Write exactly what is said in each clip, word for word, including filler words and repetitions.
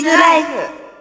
ーズライフ。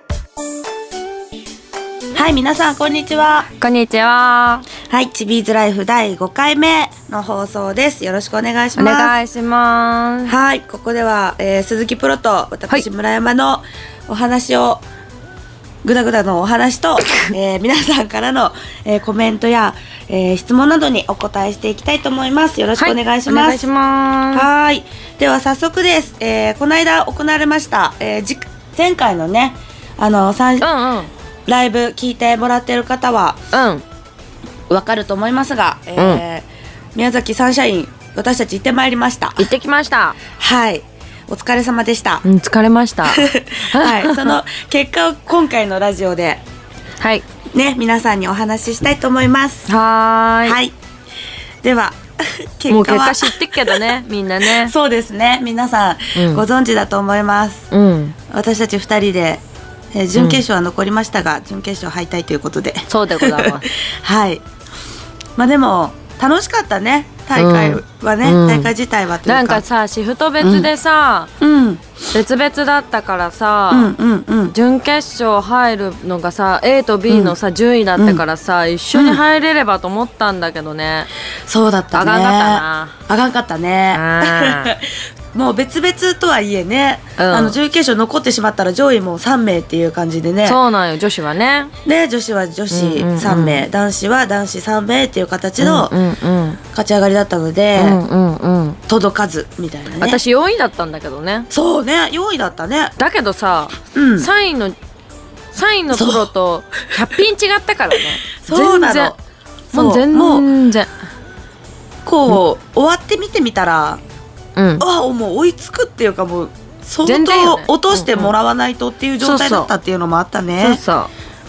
はい、皆さんこんにちは。 こんにちは。 はい、チビーズライフだいごかいめの放送です。よろしくお願いします。 お願いします。 はい、ここでは、えー、鈴木プロと私、はい、村山のお話をぐだぐだのお話と、えー、皆さんからの、えー、コメントや、えー、質問などにお答えしていきたいと思います。よろしくお願いします。はい、お願いします。はい、では早速です。えー、この間行われました、えー、じ前回のねあのさん、うんうん、ライブ聞いてもらっている方は、うん、わかると思いますが、えーうん、宮崎サンシャイン私たち行ってまいりました。 行ってきました。 はい、お疲れ様でした。 うん、疲れました。 はい、その結果を今回のラジオで、はい、ね、皆さんにお話ししたいと思います。 はーい。 はい。では結果はもう結果知ってっけどね、みんなね。 そうですね、皆さん、うん、ご存知だと思います。うん、私たちふたりで、えー、準決勝は残りましたが、うん、準決勝敗退ということで。 そうでございます。 はい。まあでも楽しかったね。大会はね、うん、大会自体はというかなんかさ、シフト別でさ、うんうん、別々だったからさ、うんうんうん、準決勝入るのがさ A と B のさ、うん、順位だったからさ、うん、一緒に入れればと思ったんだけどね、 うん、そうだったね。 あがんかったな。 あがんかったね。もう別々とはいえね、うん、あの準決勝残ってしまったら上位もさんめいっていう感じでね。 そうなんよ、女子はね。 ね、女子は女子さんめい、うんうんうん、男子は男子さんめいっていう形の勝ち上がりだったので、うんうんうん、届かずみたいなね。 私よんいだったんだけどね。 そうね、よんいだったね。 だけどさ、うん、さんいのさんいのプロとひゃくピン違ったからね。 そうなの。 もう全然こう、うん、終わって見てみたら、うん、あもう追いつくっていうか、もう相当落としてもらわないとっていう状態だったっていうのもあったね。そうそう、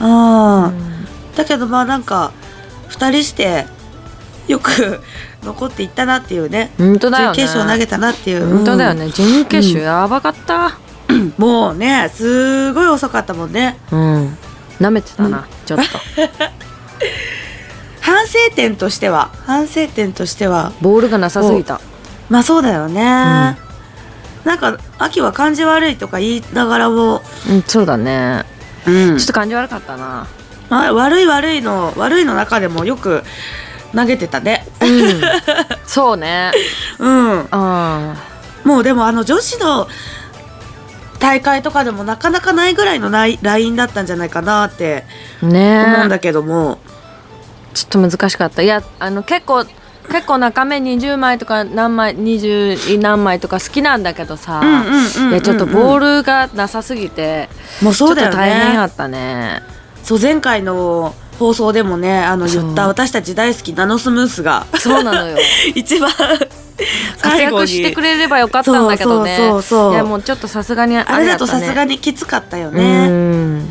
うんうん、だけどまあなんかふたりしてよく残っていったなっていうね。 本当だよね。 準決勝投げたなっていう。 本当だよね、準決勝やばかった、 うん、もうねすごい遅かったもんね。 うん、舐めてたな、うん、ちょっと。 反省点としては反省点としてはボールがなさすぎた。 まあそうだよね、うん、なんか秋は感じ悪いとか言いながらも、 うん、そうだね、うん、ちょっと感じ悪かったな、 まあ、悪い悪いの悪いの中でもよく投げてたね、 うん、そうね、 うん、あもうでもあの女子の大会とかでもなかなかないぐらいのラインだったんじゃないかなって思うんだけども、ね、 ちょっと難しかった。いやあの結構結構中目にじゅうまいとか何枚にじゅう何枚とか好きなんだけどさ、いやちょっとボールがなさすぎてもうそうだよね、ちょっと大変やったね。 そう、前回の放送でもねあの言った私たち大好きナノスムースがそうなのよ一番活躍してくれればよかったんだけどね。そうそうそうそう、いやもうちょっとさすがにあれだったね。あれだとさすがにきつかったよね。うん、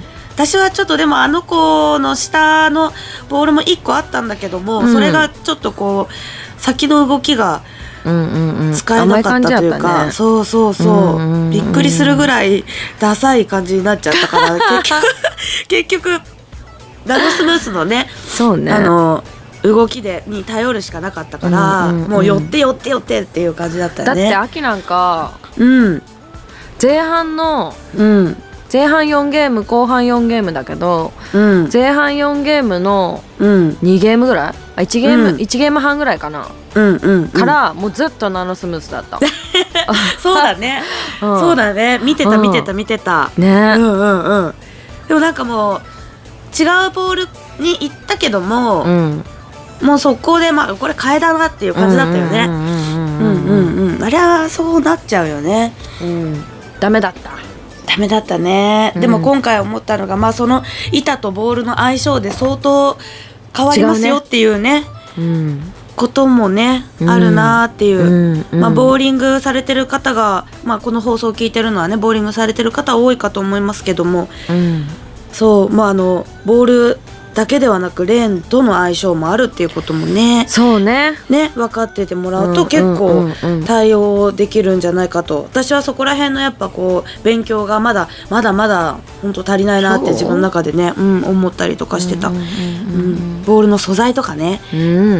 私はちょっとでもあの子の下のボールもいっこあったんだけども、うん、それがちょっとこう先の動きが使えなかったというか、うんうんうんね、そうそうそう、うんうんうん、びっくりするぐらいダサい感じになっちゃったから結局結局ナノスムースのね、そうね、あの動きでに頼るしかなかったから、うんうんうん、もう寄って寄って寄ってっていう感じだったよね。だって秋なんか、うん、前半の、うん前半よんゲーム後半よんゲームだけど、うん、前半よんゲームのにゲームぐらい、あ いち, ゲーム、うん、いちゲーム半ぐらいかな、うんうんうん、からもうずっとナノスムースだった。 そうだね、うん、そうだね、見てた見てた見てた、うん、ね、うんうんうん。でもなんかもう違うボールに行ったけども、うん、もう速攻で、まあ、これ替えだなっていう感じだったよね。あれはそうなっちゃうよね、うん、 ダメだったダメだったね、うん、でも今回思ったのが、まあ、その板とボールの相性で相当変わりますよっていうね、うん、こともね、うん、あるなっていう、うんうん、まあ、ボーリングされてる方が、まあ、この放送を聞いてるのはねボーリングされてる方多いかと思いますけども、うん、そう、まあ、あのボールだけではなくレーンとの相性もあるっていうこともね、 そうね、 ね分かっててもらうと結構対応できるんじゃないかと、私はそこら辺のやっぱこう勉強がまだまだまだ本当足りないなって自分の中でね、うん、思ったりとかしてた、うんうんうんうん、ボールの素材とかね、うん、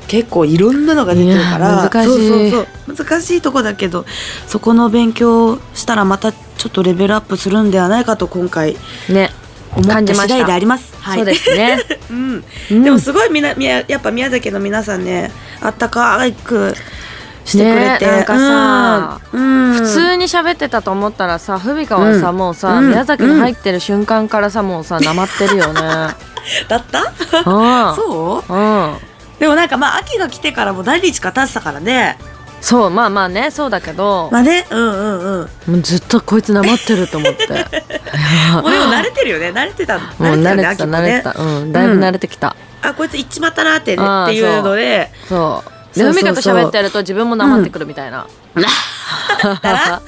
結構いろんなのが出てるから難しいそうそうそう難しいとこだけど、そこの勉強したらまたちょっとレベルアップするんではないかと今回ね思った次第であります。 はい、そうですね、 うんうん、でもすごいみなやっぱ宮崎の皆さんねあったかくしてくれて、 ね、なんかさ、 うんうん、 普通に喋ってたと思ったらさ、ふみかはさ、うん、もうさ、うん、宮崎に入ってる瞬間からさ、もうさなまってるよねだったそう、うん、でもなんかまあ秋が来てからも何日か経ってたからね。 そうまあまあねそうだけどまあねうんうんうんもうずっとこいつなまってると思ってもうでも慣れてるよね慣れてたもう慣れてた慣れてた、うん、だいぶ慣れてきた、 うん、あこいつ行っちまったなってねっていうのでそうでふみかと喋ってると自分もなまってくるみたいな、うん、 だら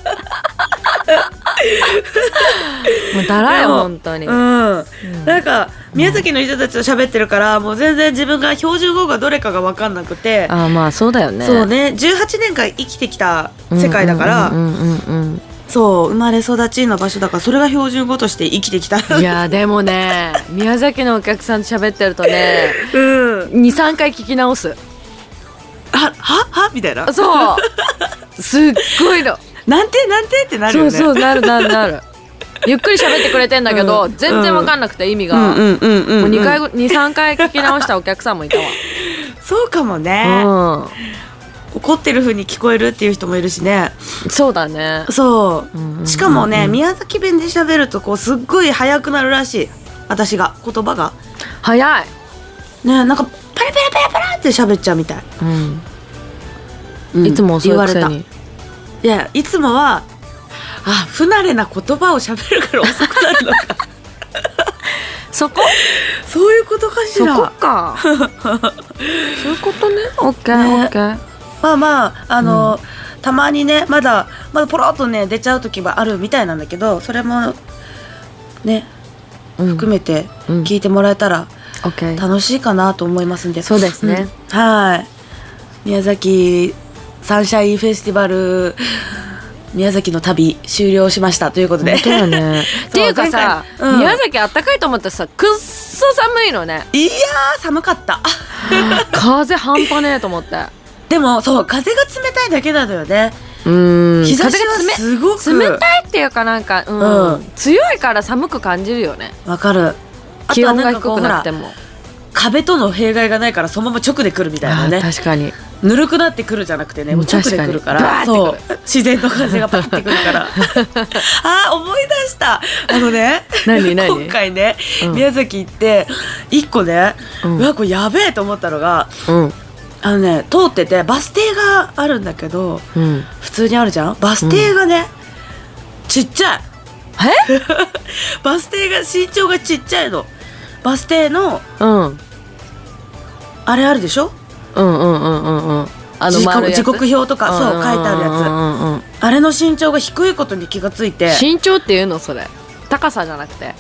もうだらよ本当に、 うんうん、なんか宮崎の人たちと喋ってるからもう全然自分が標準語がどれかが分かんなくて、 あまあそうだよねそうねじゅうはちねんかん生きてきた世界だからそう生まれ育ちの場所だからそれが標準語として生きてきたいやでもね宮崎のお客さんと喋ってるとね、うん、にさんかい聞き直すはははみたいなそうすっごいのなんてなんてってなるよねそうそうなるなるなるゆっくり喋ってくれてんだけど、うん、全然分かんなくて意味がもうにかいにさんかい聞き直したお客さんもいたわそうかもね、うん、怒ってる風に聞こえるっていう人もいるしね。 そうだねそう、うんうんうんうん、しかもね宮崎弁で喋るとこうすっごい速くなるらしい。私が言葉が速いねなんかパラパラパラパラって喋っちゃうみたい、うんうん、いつも遅いくせにいやいつもはあ不慣れな言葉を喋るから遅くなるのかそこそういうことかしら。 そこかそういうことね。オッケーオッケー。 まあまああの、うん、たまにねまだまだポロッとね出ちゃう時はあるみたいなんだけどそれもね、うん、含めて聞いてもらえたら楽しいかなと思いますんで、 うん、そうですね、 うん、はい宮崎サンシャインフェスティバル宮崎の旅終了しましたということで。 本当だねっていうかさ、うん、宮崎あったかいと思ったらさくっそ寒いのね。 いやー寒かった風半端ねえと思って。 でもそう風が冷たいだけなのよね。 うん日差しはすごく冷たいっていうかなんか、うんうん、強いから寒く感じるよね。 わかる。 気温が低くなっても壁との弊害がないからそのまま直で来るみたいなね。 確かにぬるくなってくるじゃなくてねもう直で来るからそう自然の風がバッてくるからあ思い出したあのね何何今回ね、うん、宮崎行って一個ね、うん、うわこれやべえと思ったのが、うん、あのね通っててバス停があるんだけど、うん、普通にあるじゃんバス停がね、うん、ちっちゃいえバス停が身長がちっちゃいのバス停の、うん、あれあるでしょうんうんうんうんうんあの時, 時刻表とかそう書いてあるやつ、うんうん、あれの身長が低いことに気がついて。 身長っていうのそれ高さじゃなくて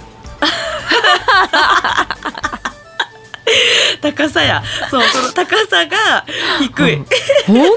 高さやそうその高さが低い、うん、 本当に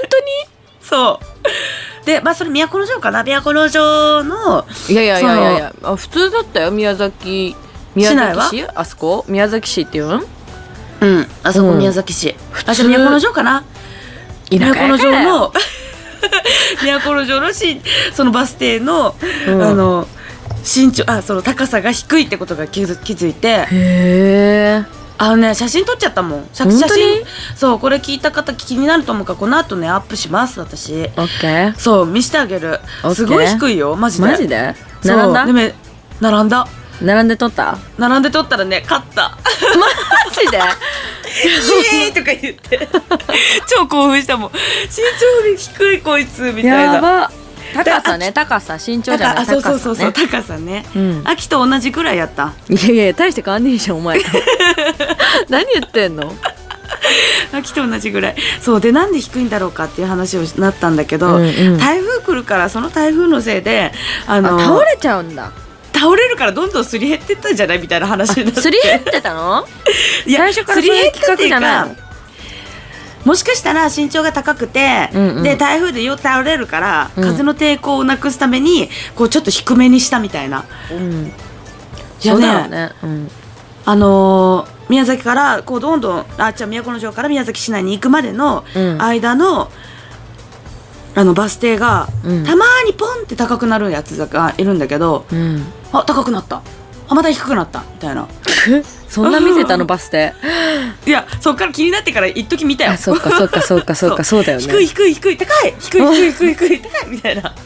そうでまあそれ都城かな都城のいやいやいやいやいやあ普通だったよ宮崎宮崎市あそこ宮崎市っていうのうんあそこ宮崎市、うん、あそれ都城かな都城の都城のしそのバス停の、うん、あの身長あその高さが低いってことが気づ、気づいてへえあのね写真撮っちゃったもん写真そうこれ聞いた方気になると思うからこの後ねアップします私。 オッケーそう見してあげるすごい低いよマジでマジで並んだでも並んだ並んで撮った並んで撮ったらね勝ったマジでイエーイとか言って超興奮したもん身長で低いこいつみたいなやば高さね高さ身長じゃない高さねそうそうそう高さね、うん、秋と同じくらいやった。 いやいや大して変わんねえじゃんお前と何言ってんの秋と同じぐらいそうでなんで低いんだろうかっていう話をなったんだけど、うんうん、台風来るからその台風のせいであのあ倒れちゃうんだ倒れるからどんどんすり減ってったんじゃないみたいな話になってすり減ってたのいや最初からそういう企画じゃないのもしかしたら身長が高くて、うんうん、で台風でよく倒れるから、うん、風の抵抗をなくすためにこうちょっと低めにしたみたいな、うん、いやね、 そうだよね、うん、 あのー、宮崎からこうどんどんあじゃあ都城から宮崎市内に行くまでの間の、うん、あのバス停が、うん、たまにポンって高くなるやつがいるんだけど、うん、あ高くなったあまた低くなったみたいなそんな見てたのバス停いやそっから気になってから一時見たよ。 そっかそっかそっかそっかそうだよね。 低い低い低い高い低い低い低い低い高いみたいな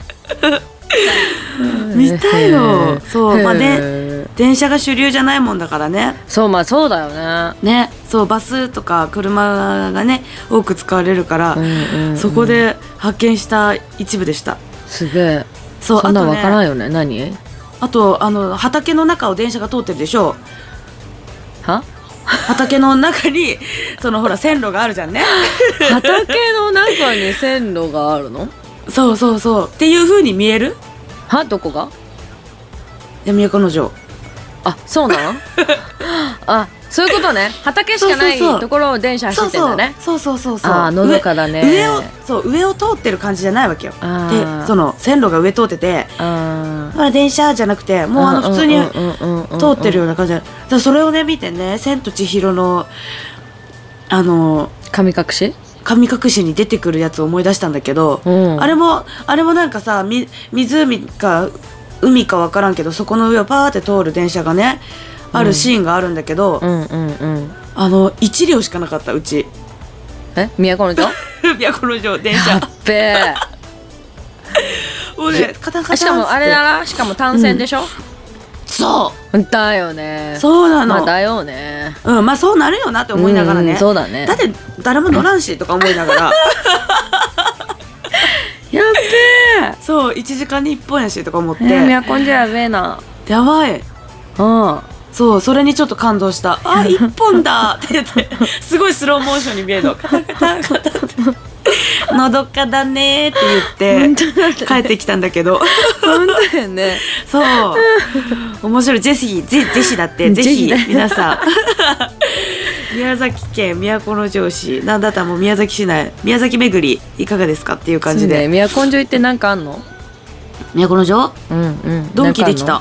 見たいの。そうまあね電車が主流じゃないもんだからね。 そうまあそうだよね。 ねそうバスとか車がね多く使われるから、うんうんうん、そこで発見した一部でした。 すげえ。そうそんなん分からんよね。何？ あとあの畑の中を電車が通ってるでしょ。 は？ 畑の中にそのほら線路があるじゃんね畑の中に線路があるの？ そうそうそうっていう風に見える？ はどこが？ いや都城。 あそうなのあそういうことね。畑しかないところを電車走ってんだね。 そうそうそうそう。 あのどかだね。 上をそう上を通ってる感じじゃないわけよ。でその線路が上通っててだから電車じゃなくてもうあの普通に通ってるような感じだからそれをね見てね千と千尋のあの神隠し神隠しに出てくるやつを思い出したんだけど、うん、あれもあれもなんかさみ湖か海か分からんけどそこの上をパーって通る電車がねあるシーンがあるんだけど、うんうんうんうん、あのいち両しかなかったうち。 え都城都城電車やっべえもうねカタカタしかもあれだなしかも単線でしょ、うん、 そうだよね。 そうなの、 まあ、だよね。 うんまあそうなるよなって思いながらね、 うん、そうだね。 だって誰も乗らんしとか思いながらやっべえそういちじかんにいっぽんやしとか思って、 えー、都城やべえな。 やばい。 うんそうそれにちょっと感動した。あ一本だって言ってすごいスローモーションに見えるのカタカタカタってのどかだねって言って帰ってきたんだけど本当だよね。 そう面白い。ぜひぜぜひだってぜひ皆さん宮崎県都城市なんだったらもう宮崎市内宮崎巡りいかがですかっていう感じで、 ね、都城行ってなんかあんの？ 都城？ うんうんドンキできた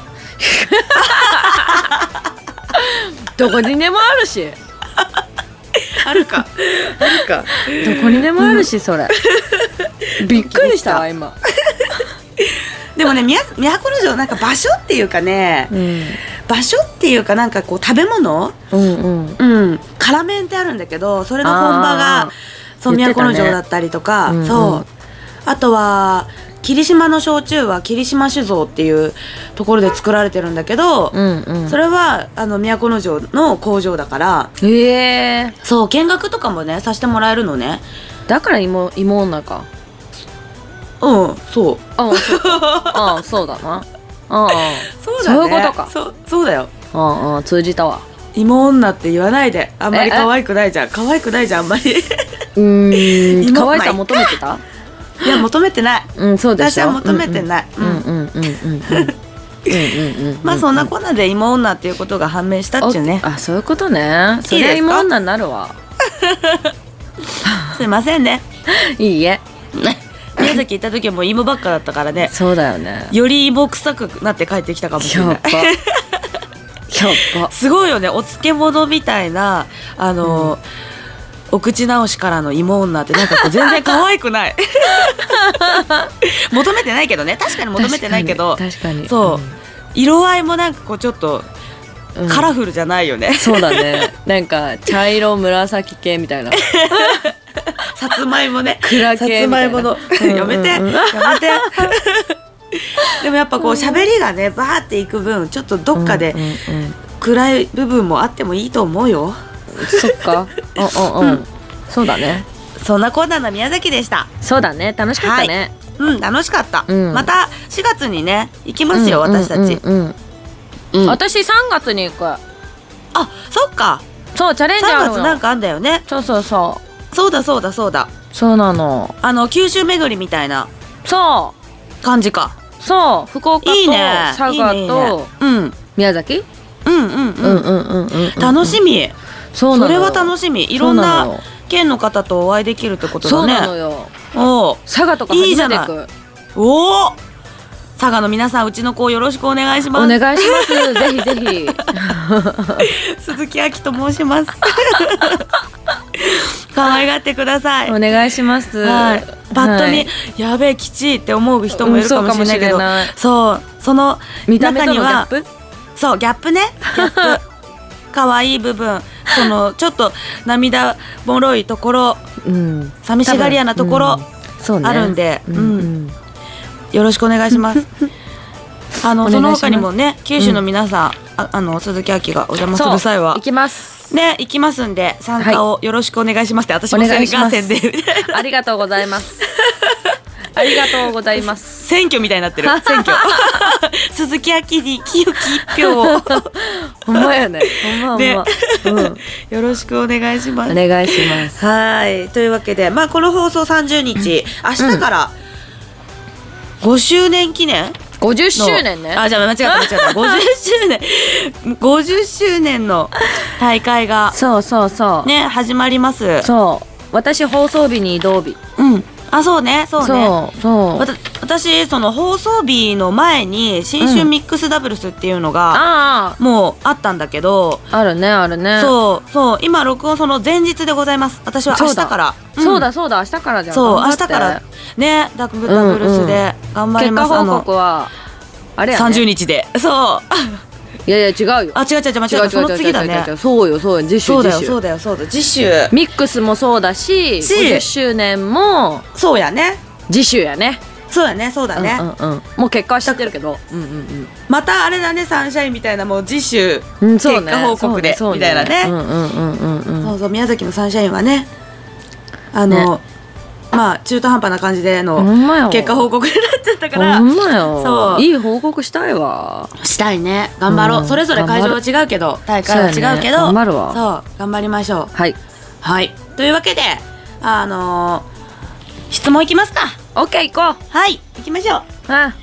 どこにでもあるしあるかあるかどこにでもあるし、うん、それびっくりしたわ今でもね都城なんか場所っていうかね、うん、場所っていうかなんかこう食べ物、うんうんうん、辛麺ってあるんだけどそれの本場がそう都城だったりとか、ねうんうん、そうあとは霧島の焼酎は霧島酒造っていうところで作られてるんだけど、うんうん、それはあの都城の工場だからへーそう見学とかもねさせてもらえるのね。 だから芋芋女か。 うんそうあそうああそうだなああそうだねそういうことか。 そうそうだよ。 ああ通じたわ。 芋女って言わないであんまり可愛くないじゃん可愛くないじゃんあんまりうーん可愛さ求めてたいや求めてない、 うん、そうでしょ。 私は求めてない。まあそんなこんなで芋女っていうことが判明したっちゅうね。 あそういうことね。そりゃ芋女になるわすいませんねいいえ宮崎行った時はもう芋ばっかだったからね。 そうだよね。 より芋臭くなって帰ってきたかもしれない。やっぱやっぱすごいよね。お漬物みたいなあの、うんお口直しからの芋女ってなんかこう全然可愛くない求めてないけどね。確かに求めてないけど確かにそう、うん、色合いもなんかこうちょっとカラフルじゃないよね、 うん、そうだねなんか茶色紫系みたいなさつまいもね暗系みたいなさつまいものやめてやめてでもやっぱこう喋りがねバーっていく分ちょっとどっかで暗い部分もあってもいいと思うよ。 そっかうんうんうんそうだね。 そんなこんなの宮崎でした。 そうだね楽しかったね、 はい、うん楽しかった、うん、またしがつにね行きますよ、うん、私たち、うんうんうん、私さんがつに行く。あそっかそうチャレンジあるの。 さんがつなんかあんだよね。 そうそうそうそうだそうだそうだそうなの。 あの九州巡りみたいなそう感じか。 そう福岡といいね佐賀といいねいいね、うん、宮崎うんうんうんうんうん楽しみ。そうなのよ。それは楽しみ。いろんな県の方とお会いできるってことだね。 そうなのよ。 お佐賀とか初めて行く。 おお佐佐賀の皆さん、うちの子をよろしくお願いします。 お願いしますぜひぜひ鈴木亜希と申します可愛がってください。 お願いします、 はい、パッと見、はい、やべえきちいって思う人もいるかもしれないけど、うん、そう、その中にはそうギャップねギャップ可愛い部分、そのちょっと涙もろいところ、うん、寂しがり屋なところ、うん、あるんで、うんうん、よろしくお願いしますあのその他にもね、九州の皆さん、うん、ああの鈴木亜希がお邪魔する際は行きますね、行きますんで参加をよろしくお願いしますって、はい、私も宣言でありがとうございますありがとうございます。 選挙みたいになってる選挙鈴木亜希に清き一票をほんまやね、ほんまほんま、 うん、よろしくお願いします。 お願いします。 はい、というわけで、まあ、この放送さんじゅうにち、うん、明日からごしゅうねん記念ごじゅっしゅうねんね。 あ、じゃあ間違った間違ったごじゅっしゅうねんごじゅっしゅうねんの大会がそうそうそうね始まります。 そう、私放送日に移動日、 うん、あ、そうねそうね、 そうそう、 わた私その放送日の前に新春ミックスダブルスっていうのが、うん、もうあったんだけど、 あるねあるね、 そうそう、今録音その前日でございます。私は明日から、 そうだ、うん、そうだそうだ明日からじゃん。 そう、明日からねダブルスで頑張ります。 結果報告はあれやね、 さんじゅうにちで、そういやいや違うよ、 あ、違う違う違う間違えた、その次だね。 そうよそうよ、次週そうだよそうだよそうだ、次週ミックスもそうだし、ごじゅっしゅうねんもそうやね、 次週やね。 そうだねそうだね、 うんうんうん、もう結果は知ってるけど、うんうんうん、 またあれだね、サンシャインみたいな、もう次週結果報告で、みたいなね、そうそう、宮崎のサンシャインはね、あの、ね、まあ中途半端な感じでの結果報告になっちゃったから、 ほんまよ、そういい報告したいわ、 したいね、頑張ろう、うん、それぞれ会場は違うけど大会は違うけど、 頑張るわ、 そう頑張りましょう。 はいはい、というわけであのー、質問いきますか。 オッケー行こう。 はい行きましょう。 あ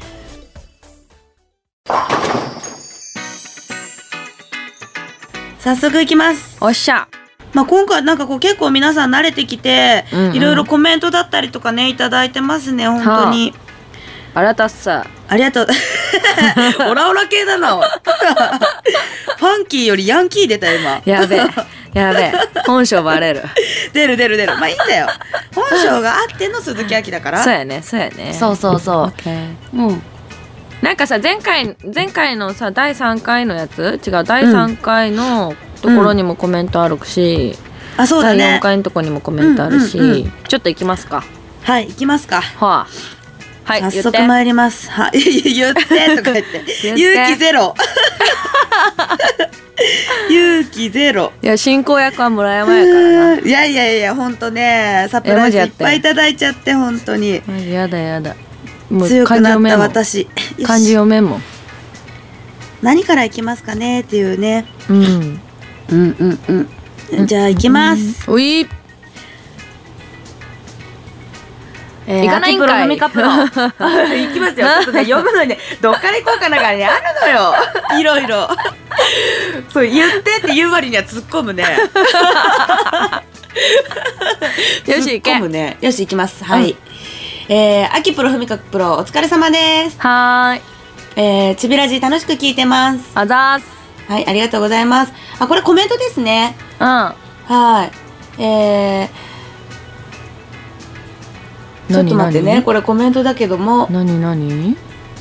早速いきます。 おっしゃ。 まあ、今回なんかこう結構皆さん慣れてきて、うんうん、いろいろコメントだったりとかねいただいてますね、本当に、はあ、あらたっさありがとうオラオラ系だなファンキーよりヤンキー出た今。 やべえやべえ、本性バレる出る出る出る、まあいいんだよ、本性があっての鈴木亜希だからそうやねそうやね、 そうそうそう、 okay. うん、なんかさ前回前回のさだいさんかいのやつ違うだいさんかいのところにもコメントあるし、 うん、あそうだね、 だいよんかいのところにもコメントあるし、うんうんうん、ちょっと行きますか。 はい行きますか。 はあ、はい、 早速参ります。は言ってとか言って勇気ゼロ勇気ゼロ。 いや進行役は村山やからな。 いやいやいや本当ね、サプライズいっぱいいただいちゃって本当にマジやだやだ、 もう強くなった私。 漢字読めんもん。 何からいきますかねっていうね、 うん、うんうんうんうん、じゃあいきます、 うん、おいえー、行かないんかい。行きますよ。ちょっとね読むのにねどっから行こうかながねあるのよ。いろいろ。そう言ってって言う割には突っ込むね。 よし行け。 突っ込むね。よし行きます。はい。うん、えー、秋プロふみかプロお疲れ様です。 はーい。 えー、ちびラジ楽しく聞いてます。 あざーす。 はいありがとうございます。あこれコメントですね。 うん。 はい。えー。ちょっと待ってね、これコメントだけども。 なになに？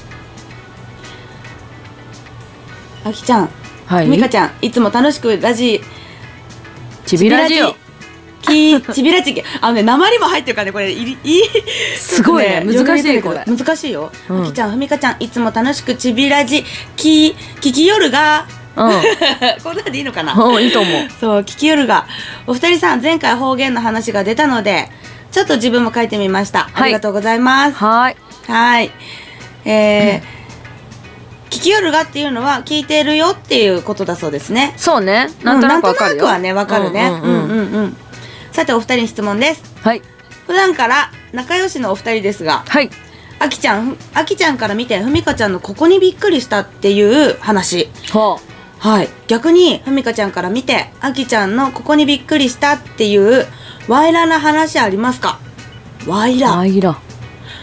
あきちゃん、 はい、 みかちゃん、いつも楽しくラジちびラジオきちびラジあのね、鉛も入ってるからね、これいいすごいね、難しいこれ難しいよ、うん、あきちゃん、ふみかちゃん、いつも楽しくちびラジき聞きよるがうん、こんなんでいいのかな。 うん、いいと思う。 そう、聞きよるがお二人さん、前回方言の話が出たのでちょっと自分も書いてみました。はい、ありがとうございます。 はいはい、えー、聞きよるがっていうのは聞いてるよっていうことだそうですね。 そうね、なんとなくわかるよ、 うん、なんとなくはね、わかるね。うんうんうんうん。さてお二人に質問です。 はい。 普段から仲良しのお二人ですが、 はい。 あきちゃん、あきちゃんから見てふみかちゃんのここにびっくりしたっていう話。 はあ、はい。逆にふみかちゃんから見てあきちゃんのここにびっくりしたっていうワイラな話ありますか？ワイラ。 ワイラ。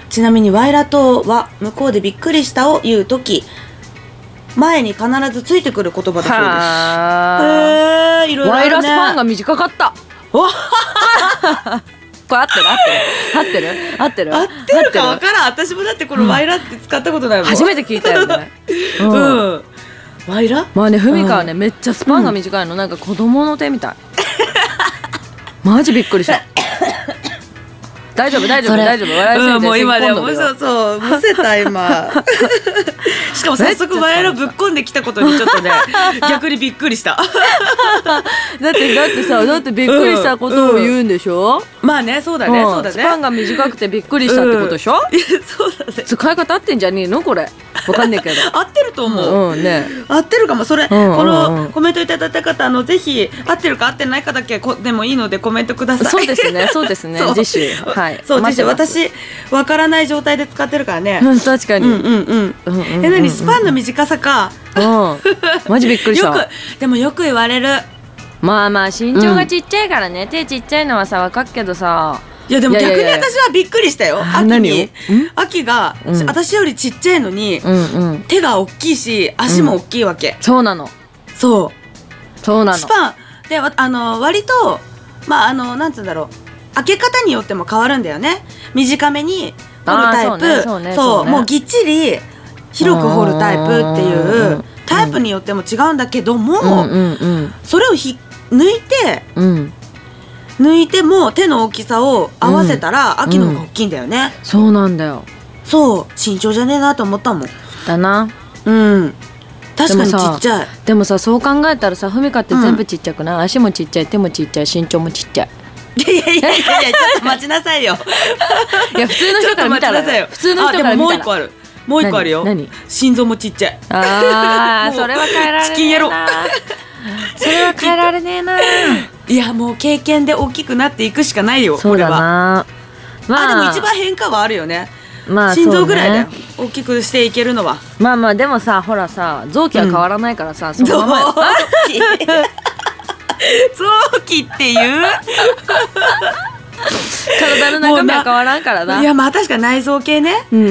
ちなみにワイラとは向こうでびっくりしたを言うとき前に必ずついてくる言葉だそうです。へー、いろいろあるね。 ワイラスパンが短かったこれ合ってる合ってる合ってる合ってるか分からん。私もだってこのワイラって使ったことないもん、 初めて聞いたよねうん、うん、ワイラまあね、ふみかはね、うん、めっちゃスパンが短いの、なんか子供の手みたいマジびっくりした大丈夫大丈夫大丈夫笑いすぎて、 うん、もう今でもそうそうむせた今しかも早速ワイラぶっこんできたことにちょっとね逆にびっくりしただってだってさだってびっくりしたことを言うんでしょ、うんうん、 まあねそうだね、うん、そうだね。 スパンが短くてびっくりしたってことでしょ、 うん、いやそうだね。 使い方合ってんじゃねえのこれわかんねえけど合ってると思う、うんね、合ってるかも。それ、うんうんうん、このコメントいただいた方あのぜひ合ってるか合ってないかだけこでもいいのでコメントください。 そうですねそうですね次週はいそう次週私わからない状態で使ってるからね、 うん、確かに、 うんうんうんうんうんうん、え何スパンの短さか、 うん、マジびっくりしたよくでもよく言われる。 まあまあ身長がちっちゃいからね、うん、手ちっちゃいのはさ分かるけどさ、 いやでも逆に私はびっくりしたよ。秋に秋が、うん、私よりちっちゃいのに、うんうん、手が大きいし足も大きいわけ、 うん、そうなのそうそうなの。 スパンであの割とまああのなんつうんだろう開け方によっても変わるんだよね。短めに掘るタイプ、そうねそうねそう、もうぎっちり広く掘るタイプっていうタイプによっても違うんだけども、うんうんうん、それをひ抜いて、うん、抜いても手の大きさを合わせたら、うん、秋の方が大きいんだよね、 うん、そうなんだよ。 そう身長じゃねえなと思ったもんだな。 うん確かにちっちゃい。 でもさそう考えたらさふみかって全部ちっちゃくない、うん、足もちっちゃい手もちっちゃい身長もちっちゃい。 いやいやいやいやちょっと待ちなさいよいや普通の人から見たら普通の人から見たらあでももう一個あるもう一個あるよ。 何心臓もちっちゃい。 あーそれは変えられねえな。 チキンやろそれは変えられねえな。 いやもう経験で大きくなっていくしかないよ。 そうだな。 まあ、あでも一番変化はあるよね。まあ心臓ぐらいだよ、ね、大きくしていけるのは。 まあまあでもさほらさ臓器は変わらないからさ、うん、そのまま臓器臓器っていう体の中身は変わらんからな。 いやまあ確かに内臓系ね、うんうんうん、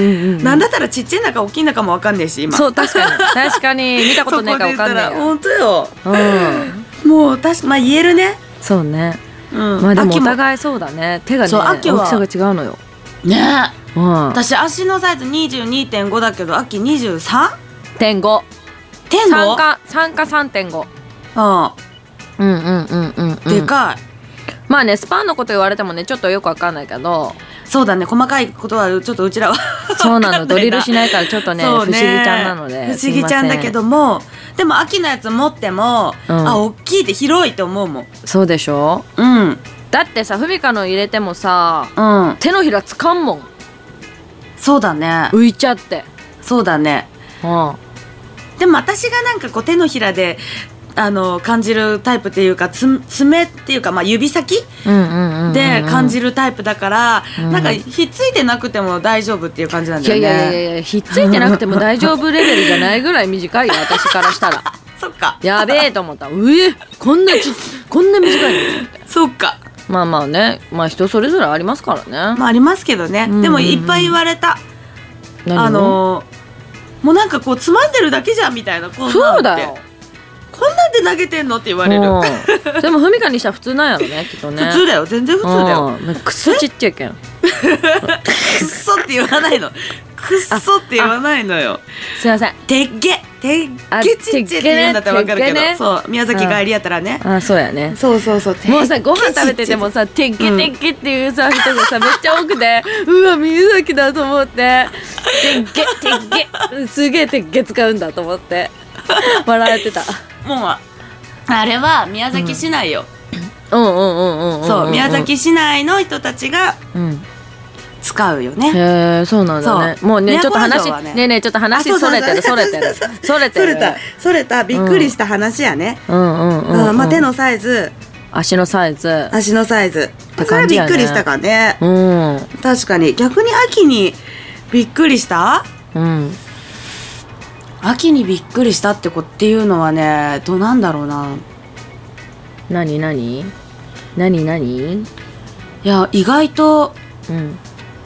なんだったらちっちゃいのか大きいのかも分かんないし今。 そう確かに確かに見たことないか分かんないよ。 本当よ、うん、もう確かまあ言えるね。 そうね、うん、まあでもお互いそうだね。手がね大きさが違うのよね、うん、私足のサイズ にじゅうにてんご だけど秋 にじゅうさんてんごてんご か さんか さんてんご うんうんうんうんうん、うん、 でかい。 まあねスパンのこと言われてもねちょっとよくわかんないけど。 そうだね細かいことはちょっとうちらはそうなのドリルしないからちょっと ね, ね不思議ちゃんなので不思議ちゃんだけどもでも秋のやつ持っても、うん、あ大きいって広いって思うもん。 そうでしょ。うんだってさふみかの入れてもさ、うん、手のひらつかんもん。 そうだね浮いちゃって。そうだね、うん、でも私がなんかこう手のひらであの感じるタイプっていうかつ爪っていうか、まあ、指先で感じるタイプだから、うん、なんかひっついてなくても大丈夫っていう感じなんだよね。 いやいやいやいやひっついてなくても大丈夫レベルじゃないぐらい短いよ私からしたらそっかやべえと思った。うえこんなちこんな短いのそっかまあまあねまあ人それぞれありますからね。 まあありますけどね、うんうんうん、でもいっぱい言われた。あのもうなんかこうつまんでるだけじゃんみたいな。こんなんってそうだよこんなんで投げてんのって言われる、 うん、でもふみかにしたら普通なんやろねきっとね。 普通だよ全然普通だよ、 うん、くっそちっちゃいけんくっそって言わないのくっそって言わないのよ。 すいませんてっげてっげちっちゃいって言うんだったら分かるけど、ね、そう宮崎帰りやったらね。 ああそうやね。 そうそうそうもうさご飯食べててもさてっげてっげっていうさ、うん、人がさめっちゃ多くてうわ宮崎だと思っててっげてっげすげえてっげ使うんだと思って笑えてた。 もうあれは宮崎市内よ、 うん、うんうんうんうんそう宮崎市内の人たちが使うよね、うん、 へえそうなんだね。もうねちょっと話ねえねえちょっと話それてるそれてるそれてるそれたそれたびっくりした話やね。うんうんうん、うん、まあ手のサイズ足のサイズ足のサイズって感じやね。それはびっくりしたかね、うん、確かに逆に秋にびっくりした、うん秋にびっくりしたってこっていうのはねどうなんだろうな。 なになになになに。 いや意外と、うん、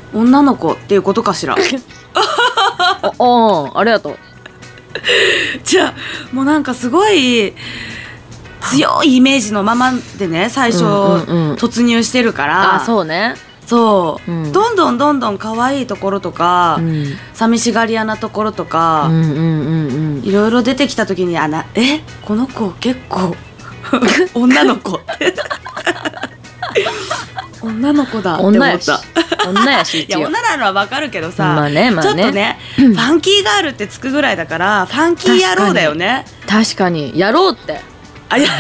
女の子っていうことかしらおおありがとう。 じゃあもうなんかすごい強いイメージのままでね最初、うんうんうん、突入してるから。 あそうねそう、うん、どんどんどんどん可愛いところとか、うん、寂しがり屋なところとか、うんうんうんうん、いろいろ出てきた時にあなえこの子結構女の子って女の子だって思った。 女やしいや女なのは分かるけどさ、 まあねまあね、 ちょっとね、うん、ファンキーガールってつくぐらいだからファンキー野郎だよね。 確かにやろうってあいや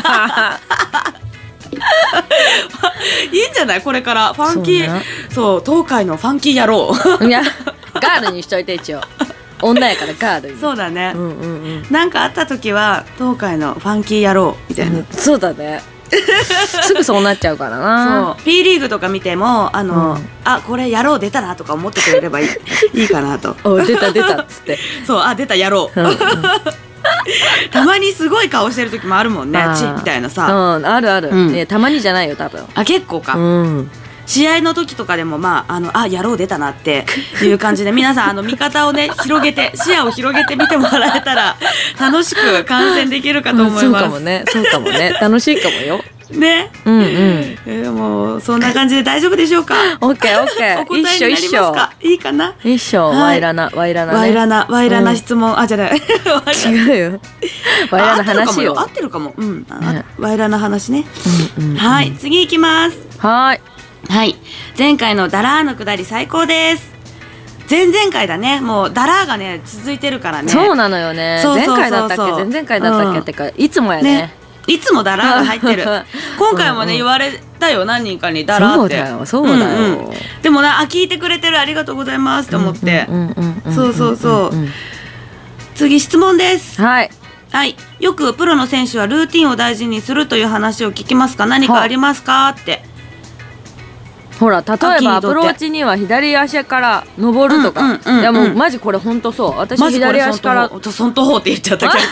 いいんじゃないこれからファンキーそう東海のファンキー野郎いやガールにしといて一応女やからガールにそうだね、うんうんうん、なんかあった時は東海のファンキー野郎みたいな、うん、 そうだねすぐそうなっちゃうからな。 そう P リーグとか見てもあの、うん、あこれ野郎出たなとか思ってくれればいいいいかなとお出た出たっつってそうあ出た野郎、うんうんたまにすごい顔してる時もあるもんねチみたいなさ、 うん、あるある、うんね、たまにじゃないよ多分。 あ結構か、うん、試合の時とかでもまああのあ野郎出たなっていう感じで皆さんあの見方をね広げて視野を広げて見てもらえたら楽しく観戦できるかと思います、うん、 そうかもねそうかもね楽しいかもよね、うんうんえー、もうそんな感じで大丈夫でしょうか。 オッケーオッケー。 お答えになりますか。いいかな。 一緒。ワイラナワイラナね。 ワイラナワイラナ質問、うん、あじゃない違うよ。ワイラナ話よ。 合ってるかも。うん。ね、ワイラナ話ね。うんうんうん、はい次いきます。 はいはい前回のダラーのくだり最高です。前々回だねもうダラーがね続いたよね。 そうなのよね。そうそうそうそう前回だったっけ前々回だったっけ、うん、ってかいつもやね。ねいつもダラーが入ってる今回もね、うんうん、言われたよ何人かにダラーってそうだよそうだよ、うんうん、 でもなあ聞いてくれてるありがとうございますって思ってそうそうそう次質問です。 はい、 はい、よくプロの選手はルーティンを大事にするという話を聞きますか。何かありますかってほら例えばアプローチには左足から登るとか、うんうんうんうん、いやもうマジこれほんとそう私左足からそんとほうって言っちゃったけど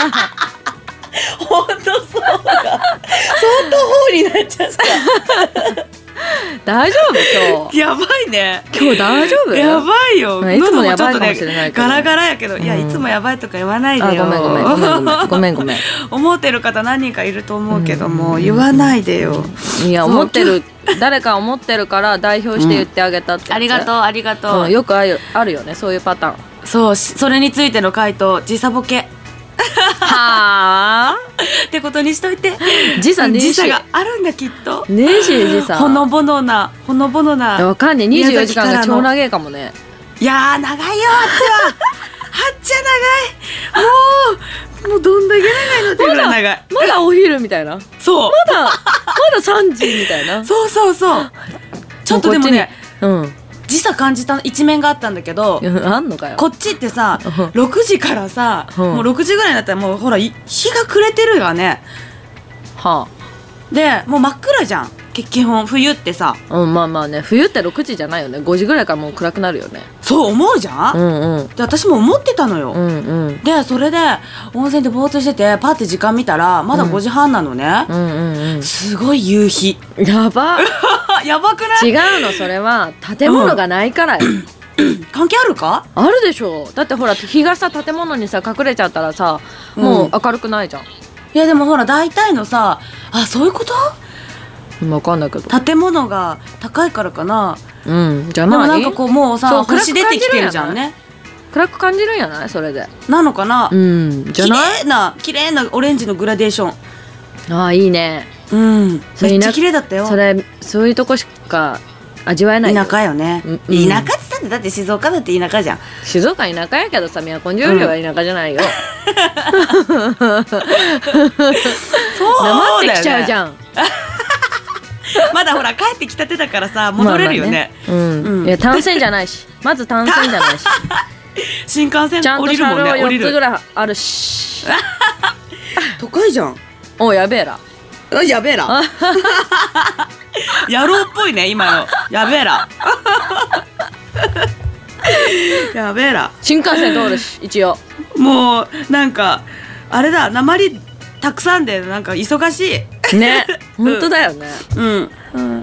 本当そうだそんとほうになっちゃった大丈夫今日やばいね今日大丈夫やばいよいつもやばいかもしれないけど、 ね、ガラガラやけど、うん、いやいつもやばいとか言わないでよ。 ごめんごめんごめんごめんごめんごめん思ってる方何人かいると思うけども、うん、言わないでよ。 いや思ってる誰か思ってるから代表して言ってあげたって、 うん、ありがとうありがとう、 うん、よくある、あるよねそういうパターン。 そうそれについての回答時差ボケはあってことにしといて時差ねえし時差があるんだきっとねえし時差ほのぼのなほのぼのなわかんねえにじゅうよじかんが超長いかもね。 いやー長いよあっちはあっちは長いもうもうどんだけ長いのってぐらい長いまだ、まだお昼みたいなそうまだまださんじみたいなそうそうそうちょっとでもねうん時差感じた一面があったんだけどあんのかよこっちってさろくじからさ、うん、もうろくじぐらいになったらもうほら日が暮れてるよね。はあでもう真っ暗じゃん基本冬ってさ、 うん、まあまあね冬ってろくじじゃないよねごじぐらいからもう暗くなるよね。 そう思うじゃん、うんうん、で私も思ってたのよ、うんうん、でそれで温泉でぼーっとしててパッて時間見たらまだごじはんなのね、うんうんうんうん、すごい夕日やばやばくない？ 違うのそれは建物がないからよ、 うん、関係あるか？ あるでしょ。だってほら日がさ建物にさ隠れちゃったらさもう明るくないじゃん、うん、いやでもほら大体のさあそういうこと分かんないけど建物が高いからかな。 うんじゃない。 でもなんかこうもうさ星出てきてるじゃんね。 暗く感じるんやないそれでなのかな。 うんじゃない。 綺麗な綺麗なオレンジのグラデーション。 ああいいね。 うんめっちゃ綺麗だったよ。 それそういうとこしか味わえないよ。 田舎よね、うん、田舎って言ったってだって静岡だって田舎じゃん。 静岡田舎やけどさ都城よりは田舎じゃないよ、うん、そうだよね。なまってきちゃうじゃんまだほら帰ってきたてだからさ戻れるよね。 まあまあね、うんうん、いや単線じゃないしまず単線じゃないし新幹線降りるもんね。 ちゃんと車両よっつぐらいあるし都会じゃん。 おやべえらやべえら野郎っぽいね今のやべえらやべえら新幹線通るし一応もうなんかあれだ鉛たくさんでなんか忙しいね本当だよねうん、うん、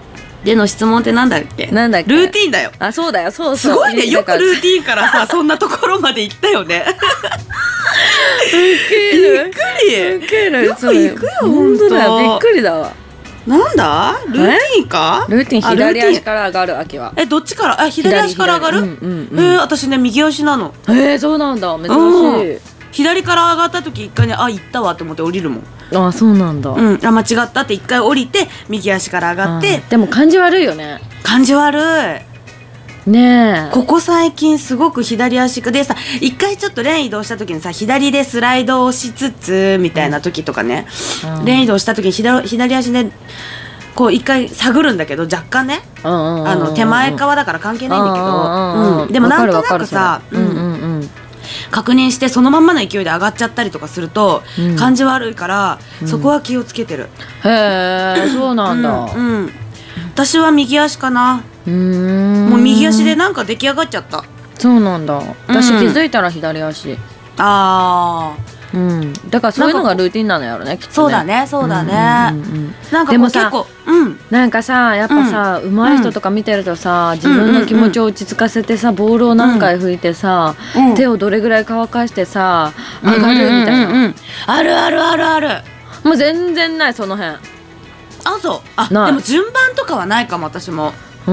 での質問ってなんだっけ？ なんだっけ？ ルーティンだよ。 あ、そうだよ、そうそう。 すごいね、よくルーティンからさそんなところまで行ったよね。 ウケる。 びっくり。 ウケる。 よく行くよ、 本当だよ、びっくりだわ。 なんだ？ルーティンか？ ルーティン、左足から上がる、秋は。 え、どっちから？あ、左足から上がる？うんうんうん、 えー、私ね、右足なの。 えー、そうなんだ、珍しい。 左から上がった時一回ね、あ、行ったわと思って降りるもん。 あ、そうなんだ。 うん、あ、間違ったって一回降りて右足から上がって。 でも感じ悪いよね。 感じ悪いね。えここ最近すごく左足でさ、一回ちょっとレーン移動した時にさ、左でスライドをしつつみたいな時とかね、うん、レーン移動した時に 左, 左足でこう一回探るんだけど、若干ね、うんうんうん、あの手前側だから関係ないんだけど、うんうん、でもなんとなくさ、うんうんうん、確認してそのまんまの勢いで上がっちゃったりとかすると、うん、感じ悪いから、うん、そこは気をつけてる。 へえ、そうなんだ。 うん、うん、私は右足かな。うーん、もう右足でなんか出来上がっちゃった。 そうなんだ。私気づいたら左足、うん、あー、うん、だからそういうのがルーティンなのやろね、きっとね。 そうだね、そうだね、うんうんうん、なんかでもさ、 結構、うん、 なんかさ、やっぱさ、うん、上手い人とか見てるとさ、自分の気持ちを落ち着かせてさ、ボールを何回拭いてさ、うん、手をどれぐらい乾かしてさ、上がるみたいな、うんうんうんうん、あるあるあるある。もう全然ない、その辺。 あ、そう。あ、でも順番とかはないかも、私も。うん、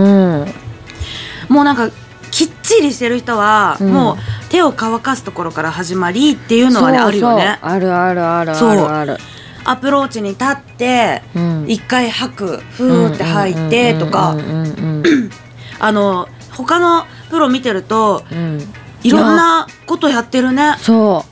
もうなんかきっちりしてる人は、うん、もう手を乾かすところから始まりっていうのはね、あるよね。 あるあるあるあるある。 アプローチに立って一回吐く、ふーって吐いてとか、あの他のプロ見てると、うん、いろんなことやってるね。 そう、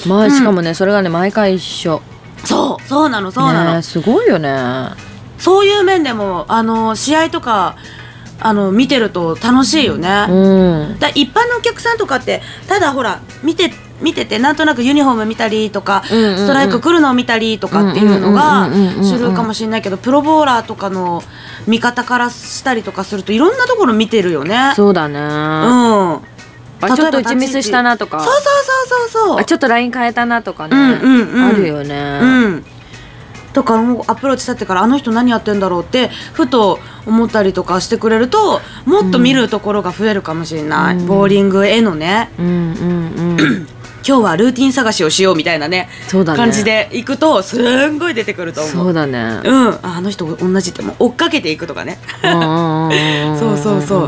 まあ、しかもね、うん、それがね毎回一緒。 そうそうなの、そうなの、 ね、すごいよね。 そういう面でもあの試合とかあの見てると楽しいよね、うん、だ一般のお客さんとかってただほら見て見ててなんとなくユニフォーム見たりとか、うんうんうん、ストライク来るのを見たりとかっていうのが主流かもしれないけど、プロボーラーとかの見方からしたりとかするといろんなところ見てるよね。 そうだね、うん、 あ、 ちょっと打ちミスしたなとか、 そうそうそうそうそう、 あ、ちょっとライン変えたなとかね、 うんうんうん、 あるよね、 うん、とかもうアプローチしたってからあの人何やってんだろうってふと思ったりとかしてくれるともっと見るところが増えるかもしれない、うん、ボーリングへのね、うんうんうん、今日はルーティン探しをしようみたいな ね, そうだね感じでいくとすんごい出てくると思う。 そうだね、 うん、あ, あの人同じってもう追っかけていくとかねそうそうそう。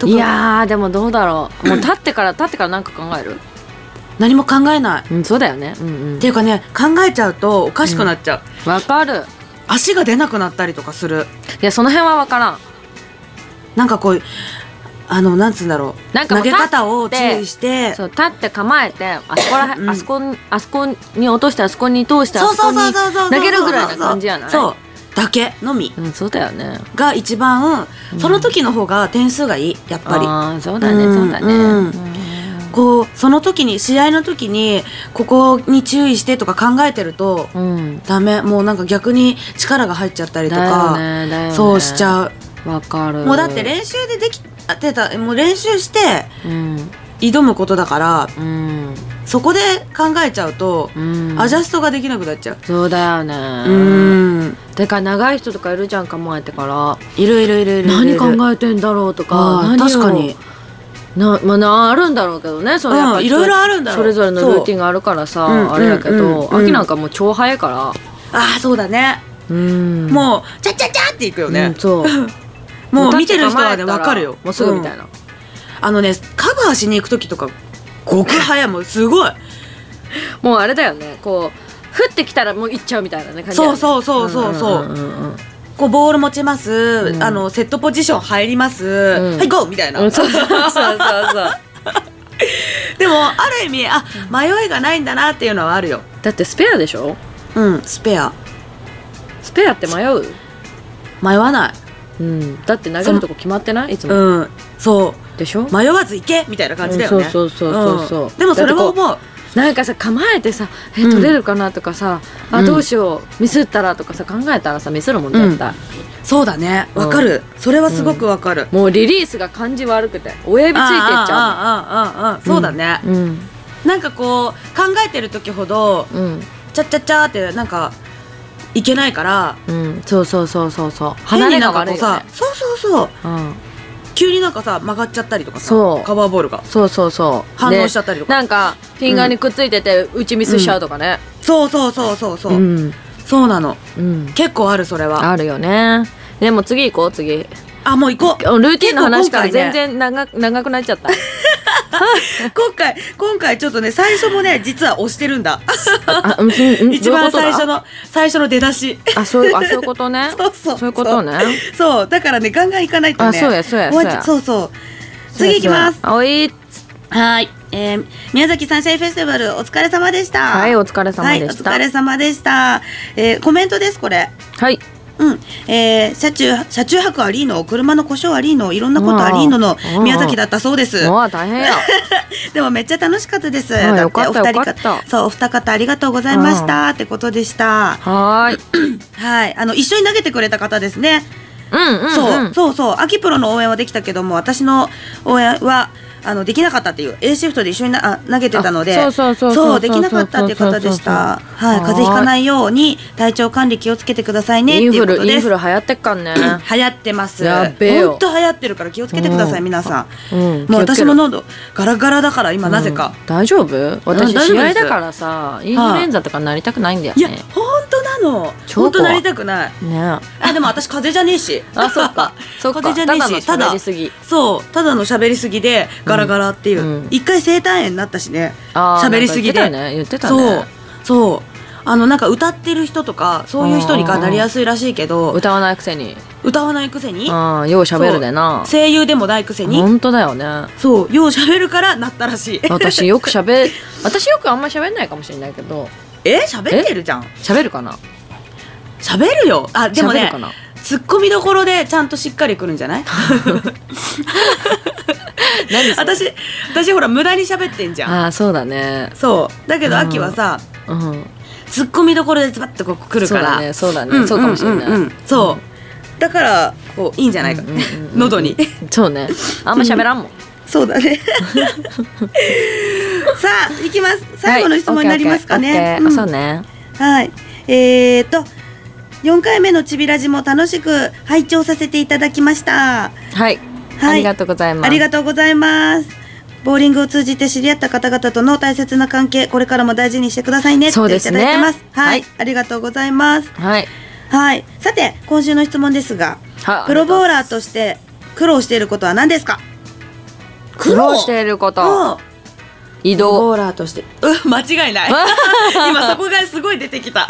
いやーでもどうだろう、もう立ってから立ってから何か考える？ 何も考えない、 うん、そうだよね、うんうん、 っていうかね、考えちゃうとおかしくなっちゃう。 わ、うん、かる。 足が出なくなったりとかする。 いや、その辺は分からん。 なんかこうあのなんつうんだろう、なんか投げ方を注意して、 そう立って構えてあそこら、うん、あそこあそこに落としてあそこに通してあそこに投げるぐらいな感じやない？ そうだけのみ、 うん、そうだよねが一番、うん、その時の方が点数がいい、やっぱり。 あ、そうだね、うん、そうだね、 うんうん、こうその時に試合の時にここに注意してとか考えてると、うん、ダメ、もうなんか逆に力が入っちゃったりとか、だよね、だよね、そうしちゃう。 わかる。 もうだって練習でできてた、もう練習して挑むことだから、うん、そこで考えちゃうと、うん、アジャストができなくなっちゃう。 そうだよね、うん、てか長い人とかいるじゃん、構えてからいるいるいるいる、 何考えてんだろうとか、何確かにな、まあ、なあるんだろうけどね、それやっぱいろいろあるんだろう、 それぞれのルーティンがあるからさ、あれやけど、秋なんかもう超早いから、 ああそうだね、うん、もうチャッチャッチャっていくよね、 うん、そうもう見てる人はね分かるよ、 もうすぐみたいな、うん、 あのねカバーしに行く時とか極早い、もうすごいもうあれだよね、こう降ってきたらもう行っちゃうみたいなね感じだよね。 そうそうそうそうそう、こうボール持ちます、うん、あのセットポジション入ります、うん、はいゴーみたいな、うん、そうそうそうそうでもある意味あ迷いがないんだなっていうのはあるよ。 だってスペアでしょ。 うん、スペアスペアって迷う？ 迷わない、 うん、だって投げるとこ決まってない？いつも、 うん、そうでしょ、 迷わず行けみたいな感じだよね、 うん、そうそうそうそう、うん、 でもそれも思う。 なんかさ構えてさえ取れるかなとかさ、うん、あどうしようミスったらとかさ考えたらさミスるもんだった、うん、 そうだね、わかる、うん、それはすごくわかる、 うん、もうリリースが感じ悪くて親指ついてっちゃう。ああああああそうだね、うん、なんかこう考えてる時ほど、うん、チャッチャッチャーってなんかいけないから、 うん、そうそうそうそうそう離れが悪いよね。 そうそうそう、うん、急になんかさ曲がっちゃったりとかさ、カバーボールがそうそうそう反応しちゃったりとか、 なんかフィンガーにくっついてて打ちミスしちゃうとかね、 うん、そうそうそうそうそう、うん、そうなの、うん、結構ある。それはあるよね。でも次行こう。次あもう行こう。 ルーティンの話から全然 長,、ね、長くなっちゃった今回今回ちょっとね最初もね実は押してるんだ一番最初の最初の出だしあそういうあそういうことねそうそうそういうことね。 そうだからねガンガンいかないとね。 あそうやそうやそうやそうそう次行きます。 おいはい、えー、宮崎サンシャインフェスティバルお疲れ様でした。 はいお疲れ様でした、 はい、お疲れ様でした、えー、コメントですこれ。 はいうん、えー、車中車中泊ありーの車の故障ありーのいろんなことありーのの宮崎だったそうです。 もう大変やでもめっちゃ楽しかったです。だってお二人かそうお二方ありがとうございましたってことでした。 はいはいあの一緒に投げてくれた方ですね。 うんうん、うん、 そうそうそう秋プロの応援はできたけども私の応援はあのできなかったっていう A シフトで一緒になあ投げてたのでそうそうそうそうできなかったっていう方でした。はい風邪ひかないように体調管理気をつけてくださいねっていうことです。 インフルインフル流行ってっかんね流行ってます。 やべえよほんと流行ってるから気をつけてください、うん、皆さん、うん、もう私も喉ガラガラだから今なぜか、 うん、大丈夫？私試合だからさインフルエンザとかなりたくないんだよね。 いやほんとなのほんとなりたくないね。あでも私風邪じゃねえしあそっかそっか風邪じゃねえしただそうただの喋りすぎでガラガラっていう、うん一回生体炎になったしね喋りすぎで。 言ってたね言ってたね。 そうそうあのなんか歌ってる人とかそういう人にがなりやすいらしいけど歌わないくせに歌わないくせにあよう喋るでな声優でもないくせに本当だよね。 そうよう喋るからなったらしい私よく喋私よくあんま喋んないかもしれないけどえ喋ってるじゃん。 喋るかな喋るよ。あでもねツッコミどころでちゃんとしっかりくるんじゃない私私ほら無駄に喋ってんじゃん。 あそうだね。 そうだけど秋はさ、うん、ツッコミどころでズバッとこうくるからそうだねそうだね、うん、そうかもしれない、うんうんうん、 そう、うん、だからこういいんじゃないか、うんうんうんうん、喉にそうねあんま喋らんもん、うん、 そうだねさあいきます最後の質問になりますかね、 はい、うん、そうねはいえーとよんかいめのちびラジも楽しく拝聴させていただきました。 はいはい、ありがとうございます。 ありがとうございます。ボーリングを通じて知り合った方々との大切な関係これからも大事にしてくださいねっていただいてます。はい、はい、ありがとうございます。 はい、 はい、さて今週の質問ですが、プロボーラーとして苦労していることは何ですか？ 苦労していること、移動。 プロボーラーとして、うん、間違いない今そこがすごい出てきた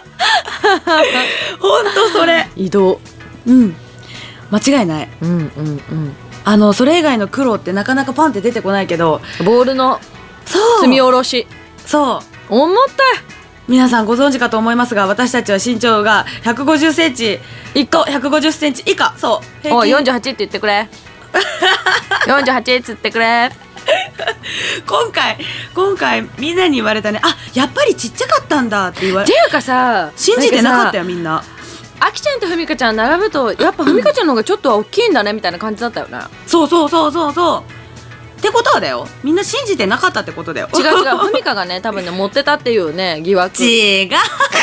ほんとそれ移動、 うん間違いない、 うんうんうんあのそれ以外の苦労ってなかなかパンって出てこないけどボールの積み下ろしそう重たい。 皆さんご存知かと思いますが私たちは身長がひゃくごじゅっセンチ以下ひゃくごじゅっセンチ以下そう平均およんじゅうはちって言ってくれよんじゅうはちっつってくれ今回今回みんなに言われたね。あやっぱりちっちゃかったんだって言われていうかさ信じてなかったよみんな。 あきちゃんとふみかちゃん並ぶとやっぱふみかちゃんの方がちょっとは大きいんだねみたいな感じだったよね。 そうそうそうそうそうってことはだよみんな信じてなかったってことだよ。 違う違うふみかがね多分ね持ってたっていうね疑惑。 違う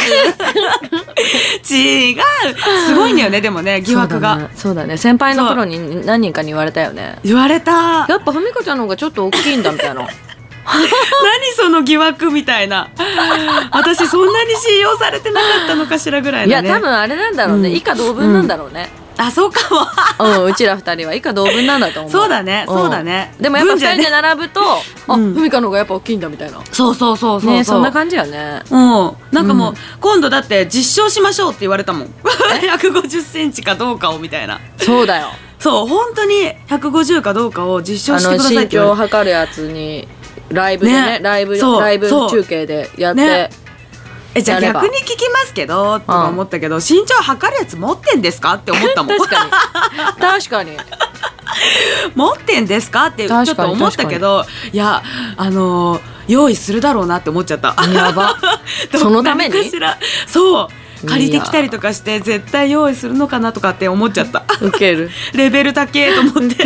違うすごいんだよねでもね疑惑が。 そうだね、そうだね先輩の頃に何人かに言われたよね。 言われたやっぱふみかちゃんの方がちょっと大きいんだみたいな何その疑惑みたいな私そんなに信用されてなかったのかしらぐらいのね。 いや多分あれなんだろうね、うん、以下同文なんだろうね、 うん、あそうかも、うん、うちら二人は以下同文なんだと思う。 そうだねそうだね、 うん、でもやっぱ二人で並ぶと、ね、あ、うん、ふみかの方がやっぱ大きいんだみたいな。 そうそうそうそうそう、 ね、そんな感じやね。 うんなんかもう、うん、今度だって実証しましょうって言われたもんひゃくごじゅっセンチかどうかをみたいな。 そうだよそう本当にひゃくごじゅうかどうかを実証してくださいって言われて。 あの身長を測るやつにライブでね、ねライブライブ中継でやって、ね、 えじゃあ逆に聞きますけどとか思ったけど、うん、身長測るやつ持ってんですかって思ったもん確かに確かに持ってんですかってちょっと思ったけどいやあのー、用意するだろうなって思っちゃった。 やばそのためにそう借りてきたりとかして絶対用意するのかなとかって思っちゃった。 ウケるレベル高えと思って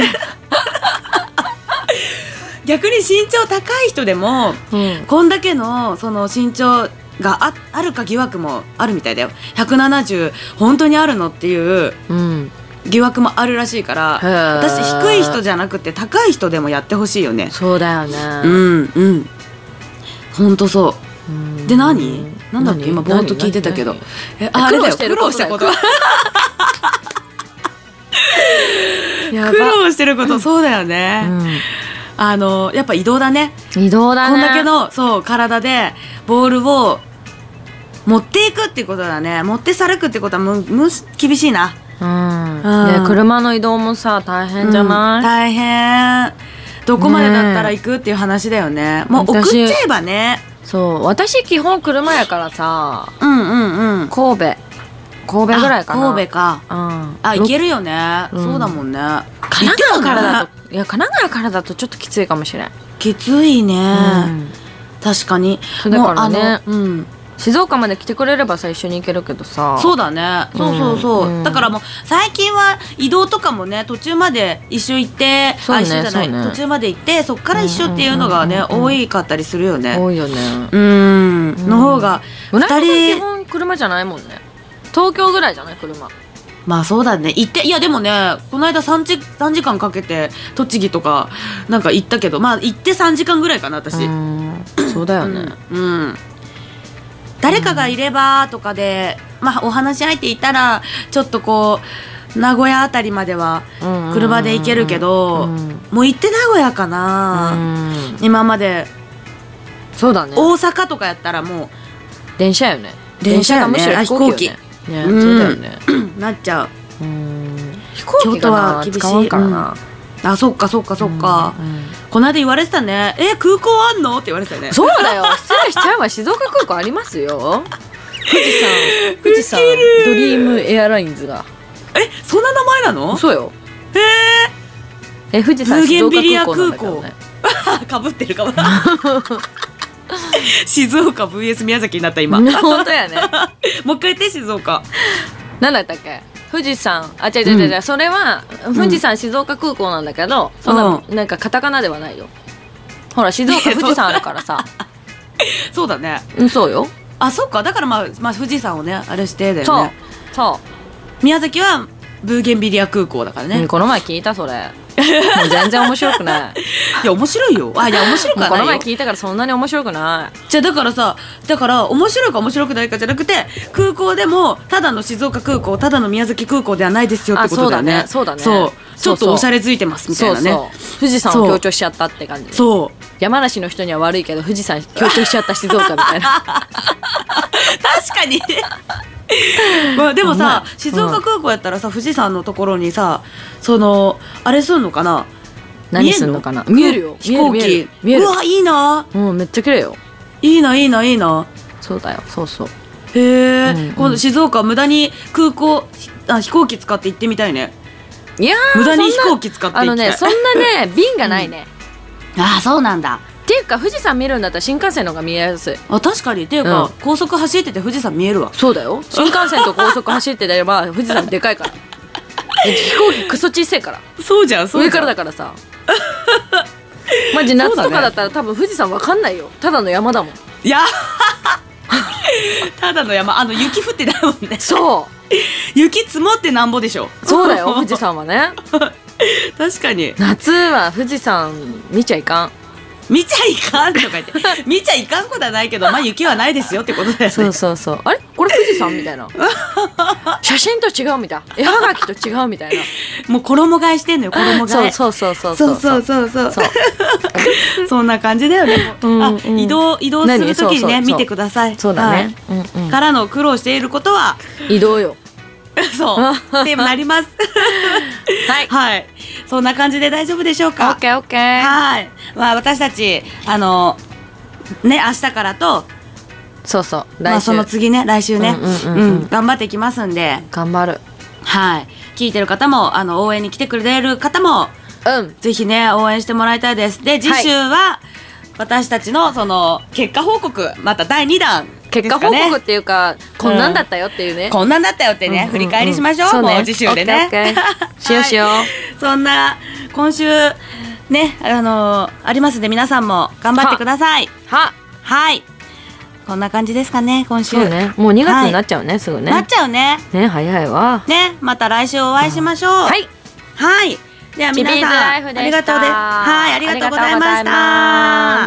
逆に身長高い人でも、うん、こんだけのその身長が あ, あるか疑惑もあるみたいだよ。ひゃくななじゅう本当にあるのっていう疑惑もあるらしいから、うん、私低い人じゃなくて高い人でもやってほしいよね。 そうだよね。 うんうん本当そう。うんで何なんだっけ今ぼーっと聞いてたけど、 えあれだよ苦労したこと苦労してること、そうだよね、うん、あのやっぱ移動だね。 移動だね。 こんだけのそう体でボールを持っていくってことだね。持ってさるくってことはむむ厳しいな。 うんうん、で車の移動もさ大変じゃない、 うん、大変。どこまでだったら行くっていう話だよね。もう送っちゃえばね。 そう私基本車やからさ、 うんうんうん、 神戸神戸ぐらいかな。 神戸か、うん、あ行けるよね、うん、そうだもんね。 神奈川からだといや神奈川からだとちょっときついかもしれん。 きついね、うん、確かに。 そうだからね、うん、静岡まで来てくれればさ一緒に行けるけどさ。 そうだねそうそうそう、うん、だからもう最近は移動とかもね途中まで一緒行って、ね、あ一緒じゃない、ね、途中まで行ってそっから一緒っていうのがね、うんうんうんうん、多いかったりするよね。 多いよね。 うんの方がふたり基本車じゃないもんね。東京ぐらいじゃない車。 まあそうだね行っていやでもねこの間 3, 時さんじかんかけて栃木とかなんか行ったけどまあ行ってさんじかんぐらいかな私。 うんそうだよね、 うん、うん誰かがいればとかで、まあ、お話し相手いたらちょっとこう名古屋あたりまでは車で行けるけど、うんうんうん、もう行って名古屋かな、うん、今まで。 そうだね大阪とかやったらもう電車よね。 電車がむしろ飛行機、 ねねうん、そうだよねなっちゃう。 うん飛行機がな使わんからな、 うん、あそっかそっかそっか、うんうん、この間言われてたね。え空港あんのって言われてたよね。 そうだよ失礼しちゃうわ静岡空港ありますよ富士山富士山ドリームエアラインズが。 えそんな名前なの。 そうよ。 へええ富士山静岡空港なんだけどねかぶってるかも静岡 ブイエス 宮崎になった今本当やねもう一回言って静岡なんだったっけ。富士山あ違う違う違う、うん、それは富士山静岡空港なんだけど、うん、そんな、うん、なんかカタカナではないよ。ほら静岡富士山あるからさそうだね、 うん、そうよ。 あそっかだからまあ、まあ、富士山をねあれしてだよね。 そうそう宮崎はブーゲンビリア空港だからね、 うん、この前聞いたそれもう全然面白くないいや面白いよ。あいや面白くはないよ。 この前聞いたからそんなに面白くない。 じゃあだからさだから面白いか面白くないかじゃなくて空港でもただの静岡空港ただの宮崎空港ではないですよってことだよね。 そうだねそうだね。 そうちょっとおしゃれついてますみたいなね。 そうそう富士山を強調しちゃったって感じで。 そう山梨の人には悪いけど富士山強調しちゃった静岡みたいな確かにまあでもさ静岡空港やったらさ富士山のところにさそのあれすんのかな。 何すんのかな。見えるよ飛行機。 見える。 うわいいな。 うんめっちゃ綺麗よ。 いいないいないいな。 そうだよそうそう。 へえ、うんうん、今度静岡無駄に空港あ飛行機使って行ってみたいね。 いや無駄に飛行機使って行きたい。 あのねそんなね便がないね、 うん、ああそうなんだ。 っていうか富士山見るんだったら新幹線の方が見えやすい。 あ確かにっていうか、うん、高速走ってて富士山見えるわ。 そうだよ新幹線と高速走ってれば富士山でかいから飛行機クソ小さいから。 そうじゃんそうじゃん上からだからさマジ夏とかだったら、ね、多分富士山わかんないよ。ただの山だもん。 いやただの山あの雪降ってないもんね。 そう雪積もってなんぼでしょ。 そうだよ富士山はね確かに夏は富士山見ちゃいかん見ちゃいかんとか言って見ちゃいかんことはないけどまあ雪はないですよってことだよね。 そうそうそうあれこれ富士山みたいな写真と違うみたいな絵はがきと違うみたいなもう衣替えしてんのよ衣替え。 そうそうそうそうそうそうそうそうそんな感じだよね。うんうん、あ移動移動するときにねそうそうそう見てください。 そうだね、 はいうんうん、からの苦労していることは移動よそうってなりますはい、はい、そんな感じで大丈夫でしょうか。 オッケーオッケー。 はい、まあ、私たちあのね明日からとそうそう来週、 まあ、その次ね来週ね、 うんうんうんうん、 頑張っていきますんで頑張る。 はい聞いてる方もあの応援に来てくれる方も、 うん、 ぜひね応援してもらいたいです。で次週は、はい、私たちのその結果報告まただいにだん結果報告っていうかこんなんだったよっていうね、 うん、こんなんだったよってね、うんうんうん、振り返りしましょう、そうね、もう次週でね。 オッケーオッケーしようしよう、はい、 そんな今週ねあのー、ありますんで皆さんも頑張ってください。 ははいこんな感じですかね今週。 そうね、もうにがつになっちゃうね、はい、すぐねなっちゃうね。 ね、早いわね。また来週お会いしましょう。はいはい。では皆さんありがとうではいありがとうございました。